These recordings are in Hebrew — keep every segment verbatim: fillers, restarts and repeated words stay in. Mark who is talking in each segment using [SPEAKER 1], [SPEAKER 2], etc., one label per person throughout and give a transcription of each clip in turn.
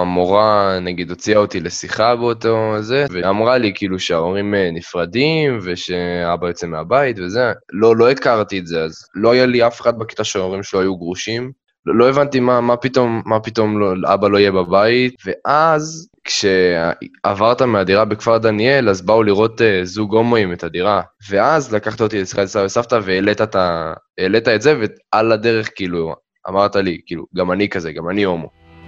[SPEAKER 1] המורה נגיד הוציאה אותי לשיחה באותו זה, ואמרה לי כאילו שההורים נפרדים ושאבא יוצא מהבית וזה. לא, לא הכרתי את זה, אז לא היה לי אף אחד בכיתה שההורים שלו היו גרושים. לא, לא הבנתי מה, מה פתאום, מה פתאום לא, אבא לא יהיה בבית, ואז כשעברת מהדירה בכפר דניאל, אז באו לראות uh, זוג הומואים את הדירה, ואז לקחת אותי לשיחה את סבא וסבתא, והעלית את, ה... העלית את זה, ועל הדרך כאילו אמרת לי, כאילו, גם אני כזה, גם אני הומו.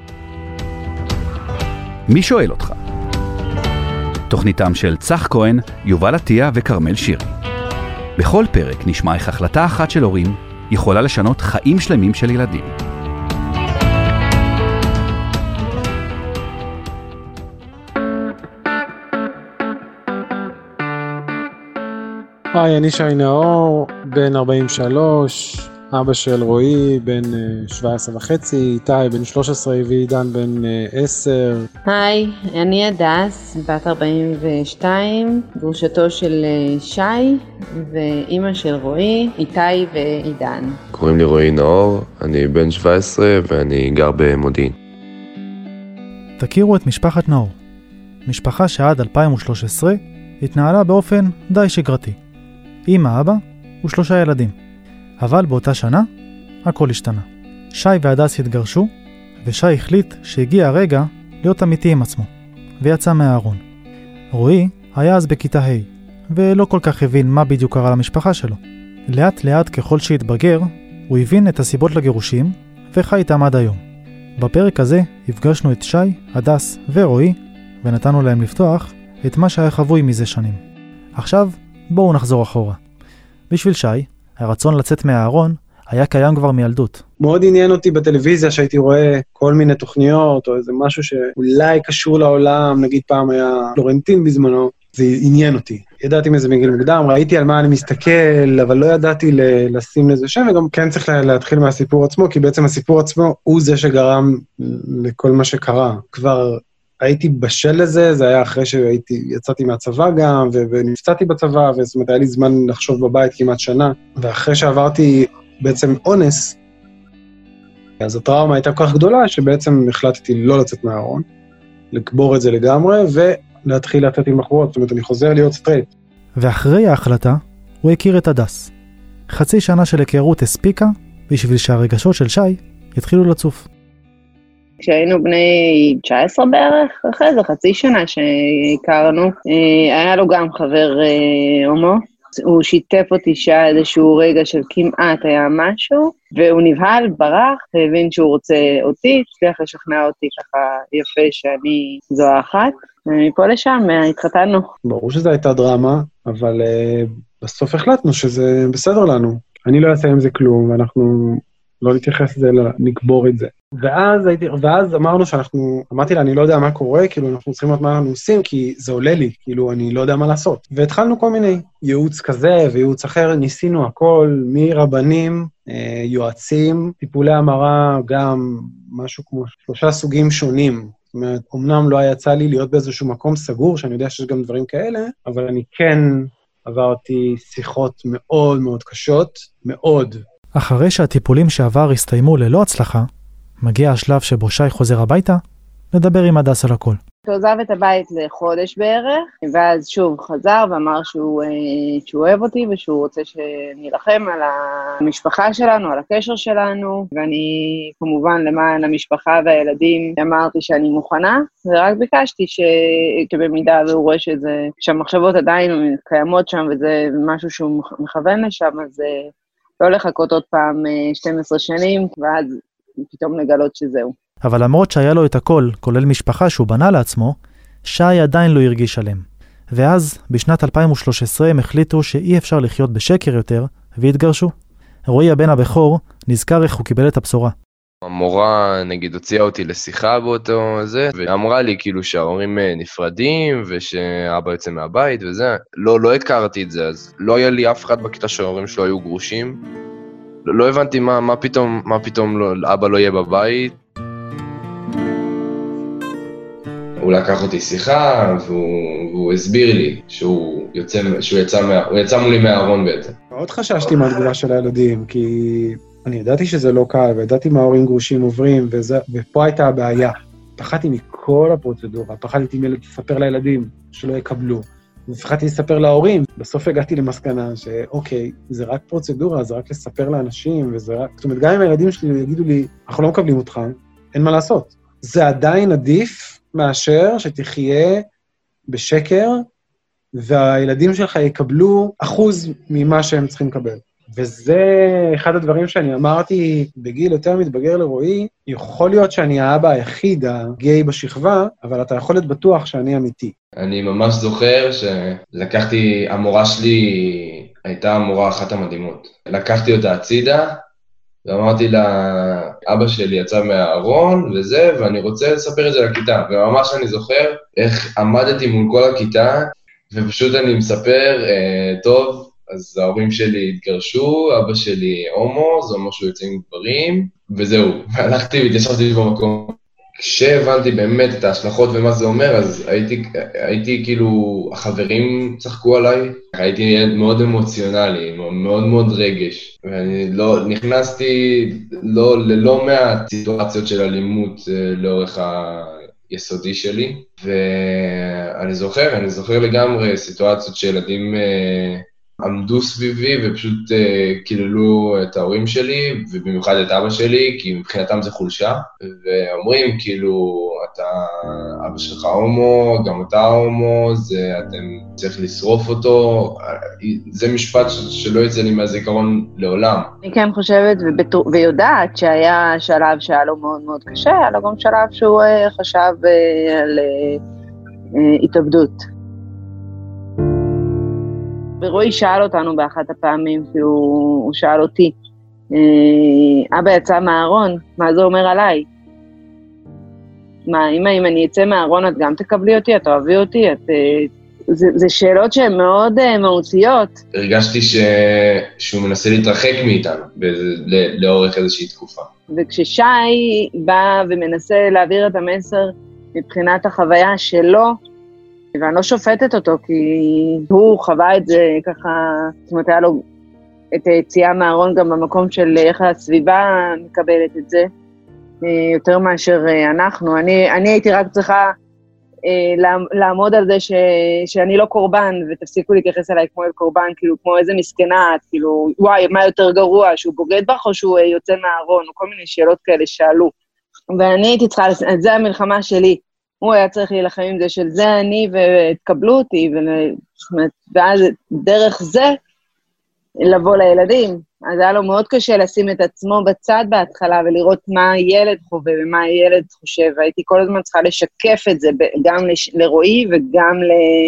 [SPEAKER 2] מי שואל אותך? תוכניתם של צח כהן, יובל עטיה וקרמל שירי. בכל פרק נשמע איך החלטה אחת של הורים יכולה לשנות חיים שלמים של ילדים.
[SPEAKER 3] היי, אני שי נאור, בן ארבעים ושלוש, אבא של רועי, בן שבע עשרה וחצי, איתי, בן שלוש עשרה, ועידן, בן עשר.
[SPEAKER 4] היי, אני הדס, בת ארבעים ושתיים, גרושתו של שי, ואימא של רועי, איתי ועידן.
[SPEAKER 1] קוראים לי רועי נאור, אני בן שבע עשרה ואני גר במודיעין.
[SPEAKER 5] תכירו את משפחת נאור. משפחה שעד אלפיים ושלוש עשרה התנהלה באופן די שגרתי. אמא, אבא ושלושה ילדים. אבל באותה שנה, הכל השתנה. שי והדס התגרשו, ושי החליט שהגיע הרגע להיות אמיתי עם עצמו, ויצא מהארון. רועי היה אז בכיתה ה', ולא כל כך הבין מה בדיוק קרה למשפחה שלו. לאט לאט ככל שהתבגר, הוא הבין את הסיבות לגירושים, וחי איתם עד היום. בפרק הזה הפגשנו את שי, הדס ורועי, ונתנו להם לפתוח את מה שהיה חבוי מזה שנים. עכשיו, בואו נחזור אחורה. בשביל שי, הרצון לצאת מהארון היה קיים כבר מילדות.
[SPEAKER 3] מאוד עניין אותי בטלוויזיה שהייתי רואה כל מיני תוכניות, או איזה משהו שאולי קשור לעולם, נגיד פעם היה פלורנטין בזמנו, זה עניין אותי. ידעתי מזה מגיל מוקדם, ראיתי על מה אני מסתכל, אבל לא ידעתי לשים לזה שם, וגם כן צריך להתחיל מהסיפור עצמו, כי בעצם הסיפור עצמו הוא זה שגרם לכל מה שקרה. כבר הייתי בשל לזה, זה היה אחרי שהייתי, יצאתי מהצבא גם, ונפצעתי בצבא, וזאת אומרת, היה לי זמן לחשוב בבית כמעט שנה, ואחרי שעברתי בעצם אונס, אז הטראומה הייתה כל כך גדולה, שבעצם החלטתי לא לצאת מהארון, לקבור את זה לגמרי, ולהתחיל לצאת עם בחורות, זאת אומרת, אני חוזר להיות סטרייט.
[SPEAKER 5] ואחרי ההחלטה, הוא הכיר את הדס. חצי שנה של היכרות הספיקה, בשביל שהרגשות של שי יתחילו לצוף.
[SPEAKER 4] כשהיינו בני תשע עשרה בערך, אחרי זה חצי שנה שהכרנו, היה לו גם חבר הומו, הוא שיתף אותי שהיה איזשהו רגע של כמעט היה משהו, והוא נבהל, ברח, והבין שהוא רוצה אותי, הצליח לשכנע אותי ככה יפה שאני זו האחת, ומפה לשם התחתנו.
[SPEAKER 3] ברור שזו הייתה דרמה, אבל uh, בסוף החלטנו שזה בסדר לנו. אני לא אעשה עם זה כלום, ואנחנו לא נתייחס לזה, נקבור את זה. ואז, הייתי, ואז אמרנו שאנחנו, אמרתי לה, אני לא יודע מה קורה, כאילו אנחנו צריכים לראות מה אנחנו עושים, כי זה עולה לי, כאילו אני לא יודע מה לעשות. והתחלנו כל מיני ייעוץ כזה וייעוץ אחר, ניסינו הכל, מרבנים, יועצים, טיפולי המרה, גם משהו כמו שלושה סוגים שונים. זאת אומרת, אמנם לא יצא לי להיות באיזשהו מקום סגור, שאני יודע שיש גם דברים כאלה, אבל אני כן עברתי שיחות מאוד מאוד קשות, מאוד.
[SPEAKER 5] אחרי שהטיפולים שעבר הסתיימו ללא הצלחה, מגיע השלב שבו שי חוזר הביתה, לדבר עם הדס על הכל.
[SPEAKER 4] הוא עזב את הבית לחודש בערך, ואז שוב חזר ואמר שהוא, שהוא אוהב אותי, ושהוא רוצה שנלחם על המשפחה שלנו, על הקשר שלנו, ואני כמובן למען המשפחה והילדים אמרתי שאני מוכנה, ורק ביקשתי שבמידה והוא רואה שזה, שהמחשבות עדיין קיימות שם, וזה משהו שהוא מכוון לשם, אז לא לחכות עוד פעם שתים עשרה שנים, ואז פתאום לגלות שזהו.
[SPEAKER 5] אבל למרות שהיה לו את הכל, כולל משפחה שהוא בנה לעצמו, שי עדיין לא הרגיש שלם. ואז, בשנת אלפיים ושלוש עשרה, הם החליטו שאי אפשר לחיות בשקר יותר, והתגרשו. רועי הבן הבכור נזכר איך הוא קיבל את הבשורה.
[SPEAKER 1] המורה, נגיד, הוציאה אותי לשיחה באותו זה, ואמרה לי כאילו שההורים נפרדים, ושאבא יוצא מהבית וזה. לא, לא הכרתי את זה, אז לא היה לי אף אחד בכיתה שההורים שלו היו גרושים. לא, לא הבנתי מה, מה פתאום, מה פתאום לא, אבא לא יהיה בבית. הוא לקח אותי שיחה, והוא, והוא הסביר לי שהוא יוצא, שהוא יצא, מה, הוא יצא מולי מהארון בעצם.
[SPEAKER 3] מאוד חששתי מהתגובה של הילדים, כי אני ידעתי שזה לא קל, וידעתי מה ההורים גרושים עוברים, וזה, ופה הייתה הבעיה. פחדתי מכל הפרוצדורה, פחדתי לספר לילדים שלא יקבלו, ופחדתי לספר להורים. בסוף הגעתי למסקנה שאוקיי, זה רק פרוצדורה, זה רק לספר לאנשים, וזה רק... זאת אומרת, גם אם הילדים שלי יגידו לי, אנחנו לא מקבלים אותך, אין מה לעשות. זה עדיין עדיף מאשר שתחיה בשקר, והילדים שלך יקבלו אחוז ממה שהם צריכים לקבל. וזה אחד הדברים שאני אמרתי בגיל יותר מתבגר לרועי, יכול להיות שאני האבא היחיד הגיי בשכבה, אבל אתה יכול להיות בטוח שאני אמיתי.
[SPEAKER 1] אני ממש זוכר שלקחתי, המורה שלי הייתה המורה אחת המדהימות. לקחתי אותה הצידה, ואמרתי לה, אבא שלי יצא מהארון וזה, ואני רוצה לספר את זה לכיתה. וממש אני זוכר איך עמדתי מול כל הכיתה, ופשוט אני מספר, אה, טוב, אז ההורים שלי התגרשו, אבא שלי הומו, זה אומר שהוא יוצא עם גברים, וזהו. והלכתי והתיישבתי במקום. כשהבנתי באמת את ההשלכות ומה זה אומר, אז הייתי, הייתי כאילו, החברים צחקו עליי, הייתי מאוד אמוציונלי, מאוד מאוד רגש, ואני לא, נכנסתי לא, ללא מעט סיטואציות של אלימות לאורך היסודי שלי, ואני זוכר, אני זוכר לגמרי סיטואציות שילדים עמדו סביבי ופשוט uh, קיללו את ההורים שלי, ובמיוחד את אבא שלי, כי מבחינתם זה חולשה, ואומרים כאילו, אתה אבא שלך הומו, גם אתה הומו, זה, אתם צריך לשרוף אותו, זה משפט שלא יצא לי מהזיכרון לעולם.
[SPEAKER 4] אני כן חושבת ובטור, ויודעת שהיה שלב שהיה לו מאוד מאוד קשה, היה לו גם שלב שהוא uh, חשב uh, על uh, התאבדות. ורועי שאל אותנו באחת הפעמים, כאילו, הוא שאל אותי, אבא יצא מהארון, מה זה אומר עליי? מה, אמא, אם אני אצא מהארון, את גם תקבלי אותי, את אוהבי אותי, את... זה, זה שאלות שהן מאוד מהותיות.
[SPEAKER 1] הרגשתי ש... שהוא מנסה להתרחק מאיתנו, ב... לאורך איזושהי תקופה.
[SPEAKER 4] וכששי בא ומנסה להעביר את המסר מבחינת החוויה שלו, ואני לא שופטת אותו, כי הוא חווה את זה ככה, זאת אומרת, היה לו את היציאה מהארון גם במקום של איך הסביבה מקבלת את זה, יותר מאשר אנחנו. אני, אני הייתי רק צריכה לעמוד על זה ש, שאני לא קורבן, ותפסיקו להתייחס אליי כמו אל קורבן, כאילו כמו איזה מסכנה, כאילו, וואי, מה יותר גרוע, שהוא בוגד בך או שהוא יוצא מהארון, או כל מיני שאלות כאלה שאלו. ואני הייתי צריכה, זה המלחמה שלי. הוא היה צריך להילחם עם זה של זה אני והתקבלו אותי, ואז דרך זה לבוא לילדים. אז היה לו מאוד קשה לשים את עצמו בצד בהתחלה, ולראות מה הילד חווה ומה הילד חושב, והייתי כל הזמן צריכה לשקף את זה, גם לרועי וגם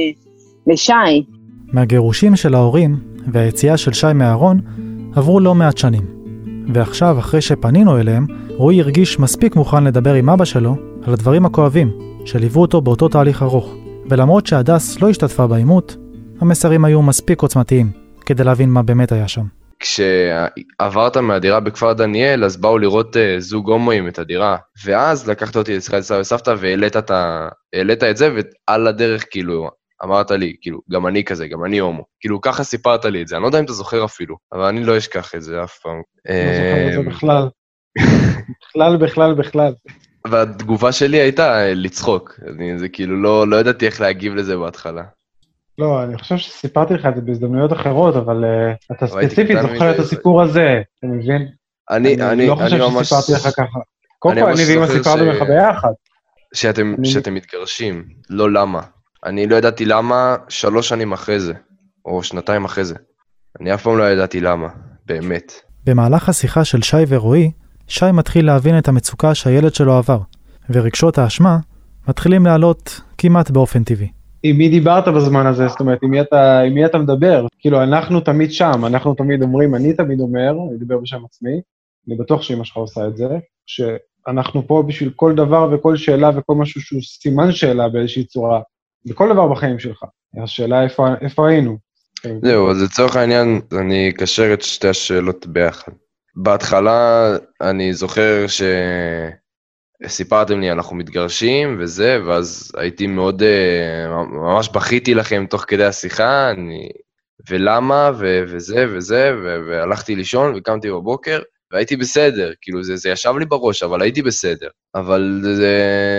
[SPEAKER 4] לשי.
[SPEAKER 5] מהגירושים של ההורים והיציאה של שי מהארון עברו לא מעט שנים. ועכשיו, אחרי שפנינו אליהם, רועי הרגיש מספיק מוכן לדבר עם אבא שלו על הדברים הכואבים, שליוו אותו באותו תהליך ארוך. ולמרות שהדס לא השתתפה בעימות, המסרים היו מספיק עוצמתיים, כדי להבין מה באמת היה שם.
[SPEAKER 1] כשעברת מהדירה בכפר דניאל, אז באו לראות uh, זוג הומואים את הדירה, ואז לקחת אותי לשיחת סבא וסבתא, והעלית את, ה... העלית את זה, ועל הדרך כאילו, אמרת לי, כאילו, גם אני כזה, גם אני הומו. כאילו, ככה סיפרת לי את זה, אני לא יודע אם אתה זוכר אפילו, אבל אני לא אשכח את זה אף פעם.
[SPEAKER 3] לא זוכר את זה בכלל. בכלל, בכלל, בכלל.
[SPEAKER 1] והתגובה שלי הייתה לצחוק, אני, זה כאילו לא, לא ידעתי איך להגיב לזה בהתחלה.
[SPEAKER 3] לא, אני חושב שסיפרתי לך את זה בהזדמנויות אחרות, אבל uh, אתה ספציפית זוכר את הסיפור הזה, אתה מבין?
[SPEAKER 1] אני, אני, אני
[SPEAKER 3] לא חושב שסיפרתי לך ככה. קודם כל, אני ואמא סיפרנו לך ביחד.
[SPEAKER 1] שאתם, שאתם מתגרשים, לא למה. אני לא ידעתי למה שלוש שנים אחרי זה, או שנתיים אחרי זה. אני אף פעם לא ידעתי למה, באמת.
[SPEAKER 5] במהלך השיחה של שי ורועי, שי מתחיל להבין את המצוקה שהילד שלו עבר, ורגשות האשמה מתחילים לעלות כמעט באופן טבעי.
[SPEAKER 3] עם מי דיברת בזמן הזה? זאת אומרת, עם מי אתה, עם מי אתה מדבר? כאילו, אנחנו תמיד שם, אנחנו תמיד אומרים, אני תמיד אומר, אני אדבר בשם עצמי, אני בטוח שאמא שלך עושה את זה, שאנחנו פה בשביל כל דבר וכל שאלה וכל משהו שהוא סימן שאלה באיזושהי צורה, בכל דבר בחיים שלך. השאלה איפה, איפה היינו?
[SPEAKER 1] זהו, אז לצורך העניין, אני אקשר את שתי השאלות ביחד. בהתחלה אני זוכר שסיפרתם לי, אנחנו מתגרשים וזה, ואז הייתי מאוד, ממש בכיתי לכם תוך כדי השיחה, אני, ולמה, ו- וזה וזה, ו- והלכתי לישון וקמתי בבוקר, והייתי בסדר, כאילו זה, זה ישב לי בראש, אבל הייתי בסדר. אבל זה,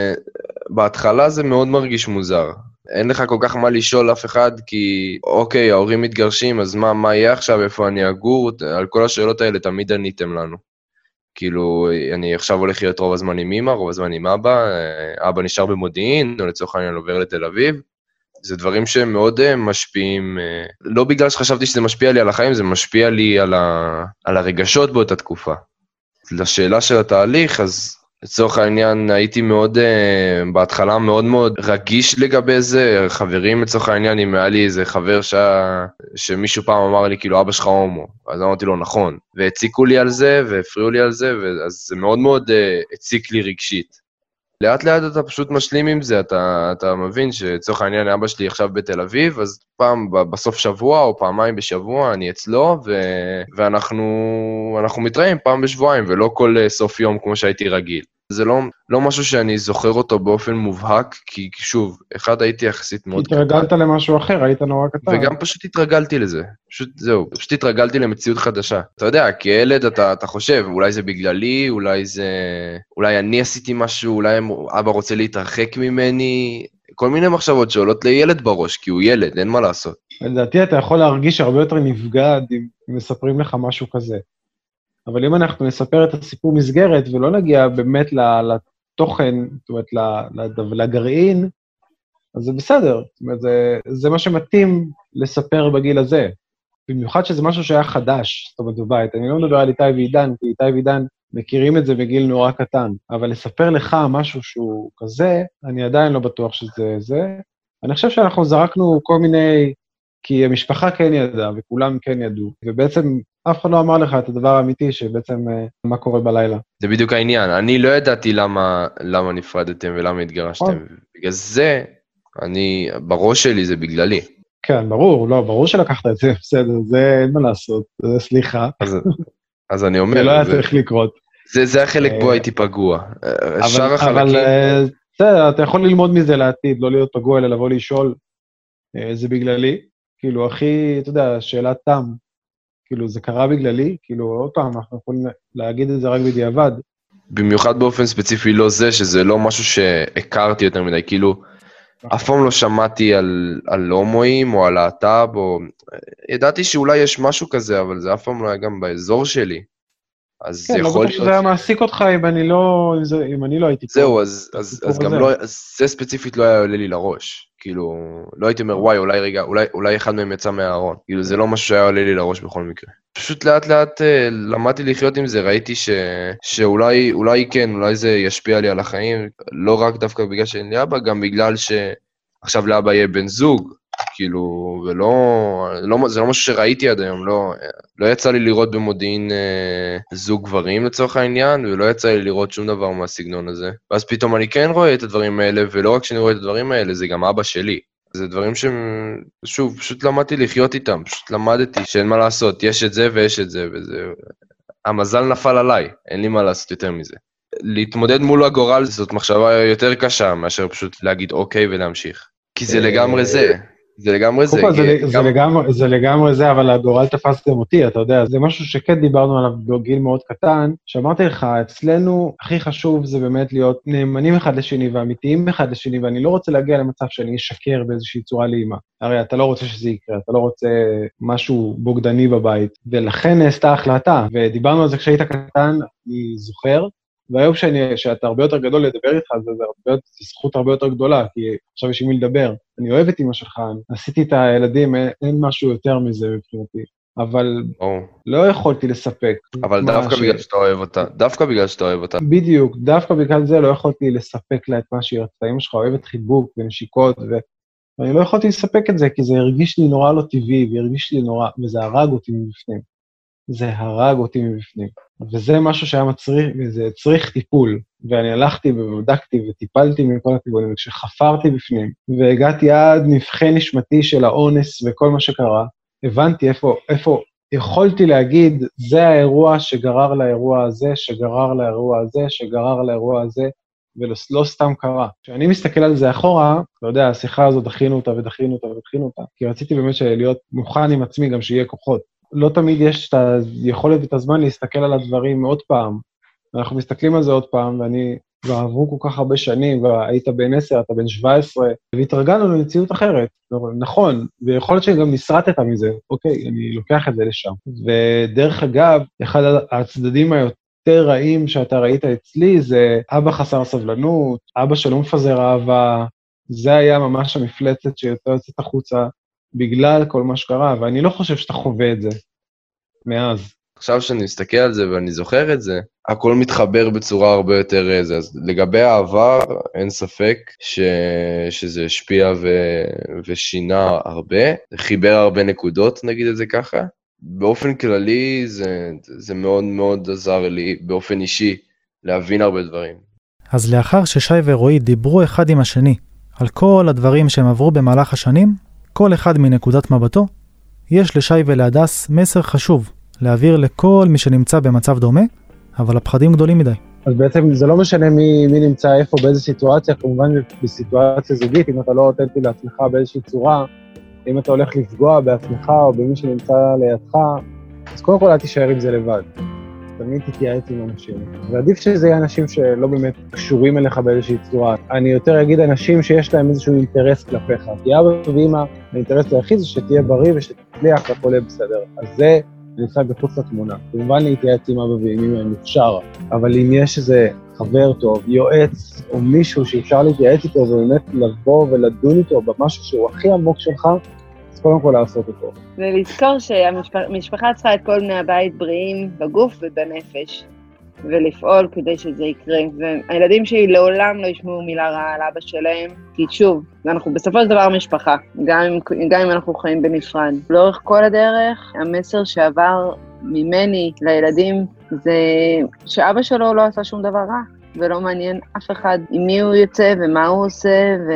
[SPEAKER 1] בהתחלה זה מאוד מרגיש מוזר. אין לך כל כך מה לשאול אף אחד, כי אוקיי, ההורים מתגרשים, אז מה, מה יהיה עכשיו, איפה אני אגור? על כל השאלות האלה תמיד עניתם לנו. כאילו, אני עכשיו הולך להיות רוב הזמן עם אמא, רוב הזמן עם אבא, אבא נשאר במודיעין, או לצורך העניין עובר לתל אביב. זה דברים שהם מאוד משפיעים, לא בגלל שחשבתי שזה משפיע לי על החיים, זה משפיע לי על, ה, על הרגשות באותה תקופה. לשאלה של התהליך, אז לצורך העניין הייתי מאוד, בהתחלה מאוד מאוד רגיש לגבי זה, חברים לצורך העניין, אם היה לי איזה חבר שהיה, שמישהו פעם אמר לי, כאילו, אבא שלך הומו, אז אמרתי לו, נכון, והציקו לי על זה, והפריעו לי על זה, אז זה מאוד מאוד הציק לי רגשית. לאט לאט אתה פשוט משלים עם זה, אתה, אתה מבין שצורך העניין אבא שלי עכשיו בתל אביב, אז פעם בסוף שבוע או פעמיים בשבוע אני אצלו, ו, ואנחנו אנחנו מתראים פעם בשבועיים, ולא כל סוף יום כמו שהייתי רגיל. זה לא, לא משהו שאני זוכר אותו באופן מובהק, כי שוב, אחד הייתי יחסית מאוד קטן.
[SPEAKER 3] התרגלת למשהו אחר, היית נורא קטן.
[SPEAKER 1] וגם פשוט התרגלתי לזה. פשוט זהו, פשוט התרגלתי למציאות חדשה. אתה יודע, כילד אתה, אתה חושב, אולי זה בגללי, אולי זה... אולי אני עשיתי משהו, אולי אבא רוצה להתרחק ממני, כל מיני מחשבות שעולות לילד בראש, כי הוא ילד, אין מה לעשות. לדעתי
[SPEAKER 3] אתה יכול להרגיש הרבה יותר נפגד אם מספרים לך משהו כזה. אבל אם אנחנו נספר את הסיפור מסגרת, ולא נגיע באמת לתוכן, זאת אומרת, לגרעין, אז זה בסדר. זאת אומרת, זה, זה מה שמתאים לספר בגיל הזה. במיוחד שזה משהו שהיה חדש, זאת אומרת, בבית. אני לא מדבר על איתי ועידן, כי איתי ועידן מכירים את זה בגיל נורא קטן. אבל לספר לך משהו שהוא כזה, אני עדיין לא בטוח שזה זה. אני חושב שאנחנו זרקנו כל מיני... כי המשפחה כן ידעה, וכולם כן ידעו, ובעצם אף אחד לא אמר לך את הדבר האמיתי, שבעצם מה קורה בלילה.
[SPEAKER 1] זה בדיוק העניין, אני לא ידעתי למה, למה נפרדתם ולמה התגרשתם, בגלל זה, אני, בראש שלי זה בגללי.
[SPEAKER 3] כן, ברור, לא, ברור שלקחת את זה, בסדר, זה אין מה לעשות, זה סליחה.
[SPEAKER 1] אז, אז אני אומר,
[SPEAKER 3] זה לא היה צריך לקרות.
[SPEAKER 1] זה, זה החלק בו הייתי פגוע. שאר החלקים...
[SPEAKER 3] אבל, בסדר, אתה יכול ללמוד מזה לעתיד, לא להיות פגוע, אלא לבוא לשאול, זה בגללי. כאילו, הכי, אתה יודע, שאלת תם, כאילו, זה קרה בגללי, כאילו, עוד פעם, אנחנו יכולים להגיד את זה רק בדיעבד.
[SPEAKER 1] במיוחד באופן ספציפי לא זה, שזה לא משהו שהכרתי יותר מדי, כאילו, אף פעם לא שמעתי על, על הומואים או על להט"ב, או... ידעתי שאולי יש משהו כזה, אבל זה אף פעם לא היה גם באזור שלי. אז
[SPEAKER 3] כן,
[SPEAKER 1] זה יכול
[SPEAKER 3] להיות... כן, לא בטוח שזה היה מעסיק אותך אם אני לא, אם זה, אם אני לא הייתי...
[SPEAKER 1] זהו, אז, אז, אז גם לא, אז זה ספציפית לא היה עולה לי לראש. כאילו, לא הייתי אומר, וואי, אולי רגע, אולי, אולי אחד מהם יצא מהארון. כאילו, זה לא משהו שהיה עולה לי לראש בכל מקרה. פשוט לאט לאט למדתי לחיות עם זה, ראיתי ש, שאולי, אולי כן, אולי זה ישפיע לי על החיים, לא רק דווקא בגלל שאין לי אבא, גם בגלל שעכשיו לאבא יהיה בן זוג, כאילו, ולא, לא, זה לא משהו שראיתי עד היום, לא, לא יצא לי לראות במודיעין אה, זוג גברים לצורך העניין, ולא יצא לי לראות שום דבר מהסגנון הזה. ואז פתאום אני כן רואה את הדברים האלה, ולא רק שאני רואה את הדברים האלה, זה גם אבא שלי. זה דברים ששוב, פשוט למדתי לחיות איתם, פשוט למדתי שאין מה לעשות, יש את זה ויש את זה, וזה... המזל נפל עליי, אין לי מה לעשות יותר מזה. להתמודד מול הגורל זאת מחשבה יותר קשה, מאשר פשוט להגיד אוקיי ולהמשיך. כי זה לגמרי זה. זה לגמרי זה.
[SPEAKER 3] זה לגמרי, זה לגמרי זה, אבל הגורל תפס גם אותי, אתה יודע, זה משהו שכן דיברנו עליו בגיל מאוד קטן, שאמרתי לך, אצלנו הכי חשוב זה באמת להיות נאמנים אחד לשני ואמיתיים אחד לשני, ואני לא רוצה להגיע למצב שאני אשקר באיזושהי צורה לאמא. הרי אתה לא רוצה שזה יקרה, אתה לא רוצה משהו בוגדני בבית, ולכן נעשתה החלטה, ודיברנו על זה כשהיית קטן, אני זוכר, והיום שאני, שאתה הרבה יותר גדול לדבר איתך, זה, זה, הרבה, זה זכות הרבה יותר גדולה, כי עכשיו יש עם מי לדבר. אני אוהב את אמא שלך, עשיתי את הילדים, אין, אין משהו יותר מזה מבחינתי. אבל oh. לא יכולתי לספק.
[SPEAKER 1] אבל דווקא ש... בגלל שאתה אוהב אותה, דווקא בגלל שאתה אוהב אותה.
[SPEAKER 3] בדיוק, דווקא בגלל זה לא יכולתי לספק לה את מה שהיא רצתה. אמא שלך אוהבת חיבוק ונשיקות, ו... ואני לא יכולתי לספק את זה, כי זה הרגיש לי נורא לא טבעי, והרגיש לי נורא, וזה הרג אותי מבפנים. זה הרג אותי מבפנים. וזה משהו שהיה מצריך, וזה צריך טיפול, ואני הלכתי ובדקתי וטיפלתי מכל הכיוונים, כשחפרתי בפנים, והגעתי עד נבחי נשמתי של האונס וכל מה שקרה, הבנתי איפה, איפה יכולתי להגיד, זה האירוע שגרר לאירוע הזה, שגרר לאירוע הזה, שגרר לאירוע הזה, ולא סתם קרה. כשאני מסתכל על זה אחורה, אתה יודע, השיחה הזאת דחינו אותה ודחינו אותה ודחינו אותה, כי רציתי באמת להיות מוכן עם עצמי גם שיהיה כוחות. לא תמיד יש את היכולת ואת הזמן להסתכל על הדברים עוד פעם. אנחנו מסתכלים על זה עוד פעם, ואני, ועברו כל כך הרבה שנים, והיית בן עשר, אתה בן שבע עשרה, והתרגלנו למציאות אחרת. נכון, ויכול להיות שגם נסרטת מזה, אוקיי, אני לוקח את זה לשם. ודרך אגב, אחד הצדדים היותר רעים שאתה ראית אצלי, זה אבא חסר סבלנות, אבא שלא מפזר אהבה, זה היה ממש המפלצת שיותר יוצאת החוצה, בגלל כל מה שקרה, ואני לא חושב שאתה חווה את זה מאז.
[SPEAKER 1] עכשיו שאני מסתכל על זה ואני זוכר את זה, הכל מתחבר בצורה הרבה יותר איזה, אז לגבי העבר אין ספק ש... שזה השפיע ו... ושינה הרבה, חיבר הרבה נקודות, נגיד את זה ככה. באופן כללי זה, זה מאוד מאוד עזר לי באופן אישי להבין הרבה דברים.
[SPEAKER 5] אז לאחר ששי ורועי דיברו אחד עם השני על כל הדברים שהם עברו במהלך השנים, כל אחד מנקודת מבטו, יש לשי ולהדס מסר חשוב להעביר לכל מי שנמצא במצב דומה, אבל הפחדים גדולים מדי.
[SPEAKER 3] אז בעצם זה לא משנה מי, מי נמצא איפה, באיזו סיטואציה, כמובן בסיטואציה זוגית, אם אתה לא אותנטי לעצמך באיזושהי צורה, אם אתה הולך לפגוע בעצמך או במי שנמצא לידך, אז קודם כל אל תישאר עם זה לבד. תמיד תתייעץ עם אנשים. ועדיף שזה יהיה אנשים שלא באמת קשורים אליך באיזושהי צורה. אני יותר אגיד אנשים שיש להם איזשהו אינטרס כלפיך. כי אבא ואמא, האינטרס היחיד זה שתהיה בריא ושתצליח והכל יהיה בסדר. אז זה נמצא בחוץ לתמונה. כמובן להתייעץ עם אבא ואמא הם אפשר, אבל אם יש איזה חבר טוב, יועץ או מישהו שאפשר להתייעץ איתו ובאמת לבוא ולדון איתו במשהו שהוא הכי עמוק שלך, אז קודם כל לעשות אותו.
[SPEAKER 4] ולזכור שהמשפחה צריכה את כל בני הבית בריאים בגוף ובנפש, ולפעול כדי שזה יקרה. והילדים שלי לעולם לא ישמעו מילה רעה על אבא שלהם, כי שוב, אנחנו בסופו של דבר משפחה, גם אם, גם אם אנחנו חיים בנפרד. לאורך כל הדרך, המסר שעבר ממני לילדים, זה שאבא שלו לא עשה שום דבר רע, ולא מעניין אף אחד עם מי הוא יוצא ומה הוא עושה, ו...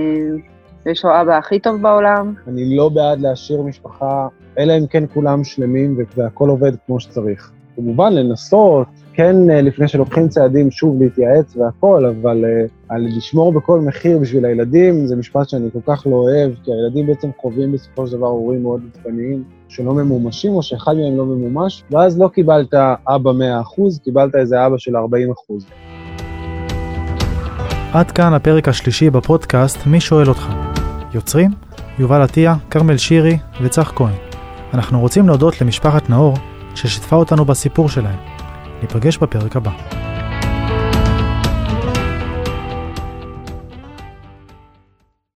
[SPEAKER 4] ויש לו אבא הכי טוב בעולם.
[SPEAKER 3] אני לא בעד להשאיר משפחה, אלא אם כן כולם שלמים והכל עובד כמו שצריך. כמובן לנסות, כן לפני שלוקחים צעדים שוב להתייעץ והכל, אבל על לשמור בכל מחיר בשביל הילדים, זה משפט שאני כל כך לא אוהב, כי הילדים בעצם חווים בסופו של דבר הורים מאוד עצבניים, שלא ממומשים או שאחד מהם לא ממומש, ואז לא קיבלת אבא מאה אחוז, קיבלת איזה אבא של ארבעים אחוז.
[SPEAKER 5] עד כאן הפרק השלישי בפודקאסט מי שואל אותך. יוצרים, יובל עטיה, קרמל שירי וצח כהן. אנחנו רוצים להודות למשפחת נאור ששיתפה אותנו בסיפור שלהם. ניפגש בפרק הבא.